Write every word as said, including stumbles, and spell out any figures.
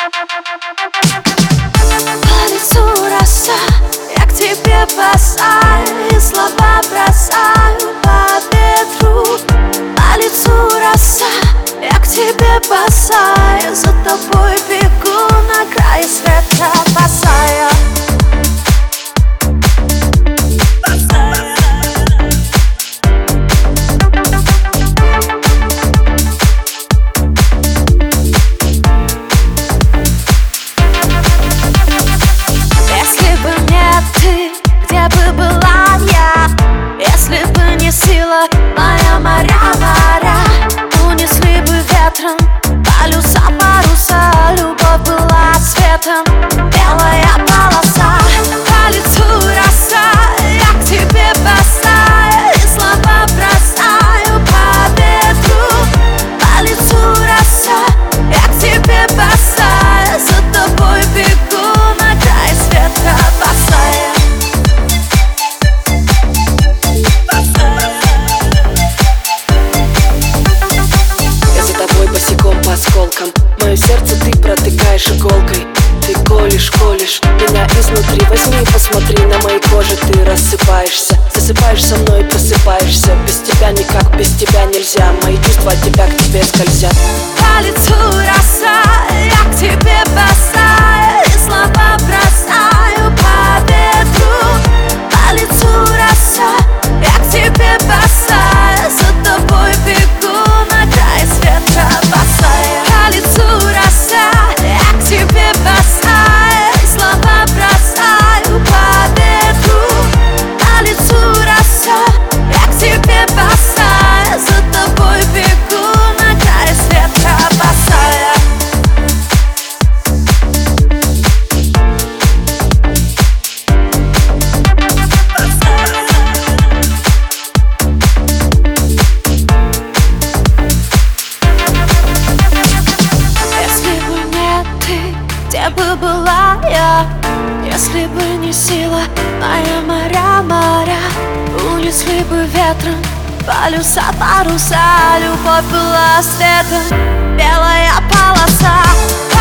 По лицу роса, я к тебе бросаю, и слова бросаю по ветру. По лицу роса, я к тебе бросаю, за тобой бегу на край света, босая. Моя моря, моря унесли бы ветром, полюса, паруса, любовь была светом, белая полоса. По лицу роса, я к тебе бросаю, и слова бросаю по ветру. По лицу роса, я к тебе бросаю, за тобой бегу на край света, босая. По осколкам мое сердце ты протыкаешь иголкой. Ты колешь, колешь меня изнутри. Возьми, посмотри на моей коже. Ты рассыпаешься, засыпаешь со мной и просыпаешься. Без тебя никак, без тебя нельзя. Мои чувства от тебя к тебе скользят. По лицу роса, я к тебе бросаю, и слова бросаю по ветру. По лицу роса, я к тебе бросаю, за тобой бегу на край света, босая. По лицу роса, я к тебе бросаю, и слова бросаю по ветру. По лицу роса, я к тебе бросаю, за тобой бегу на край света, босая. Где бы была я, если бы не сила? Моя моря, моря унесли бы ветром, полюса, паруса, любовь была светом, белая полоса.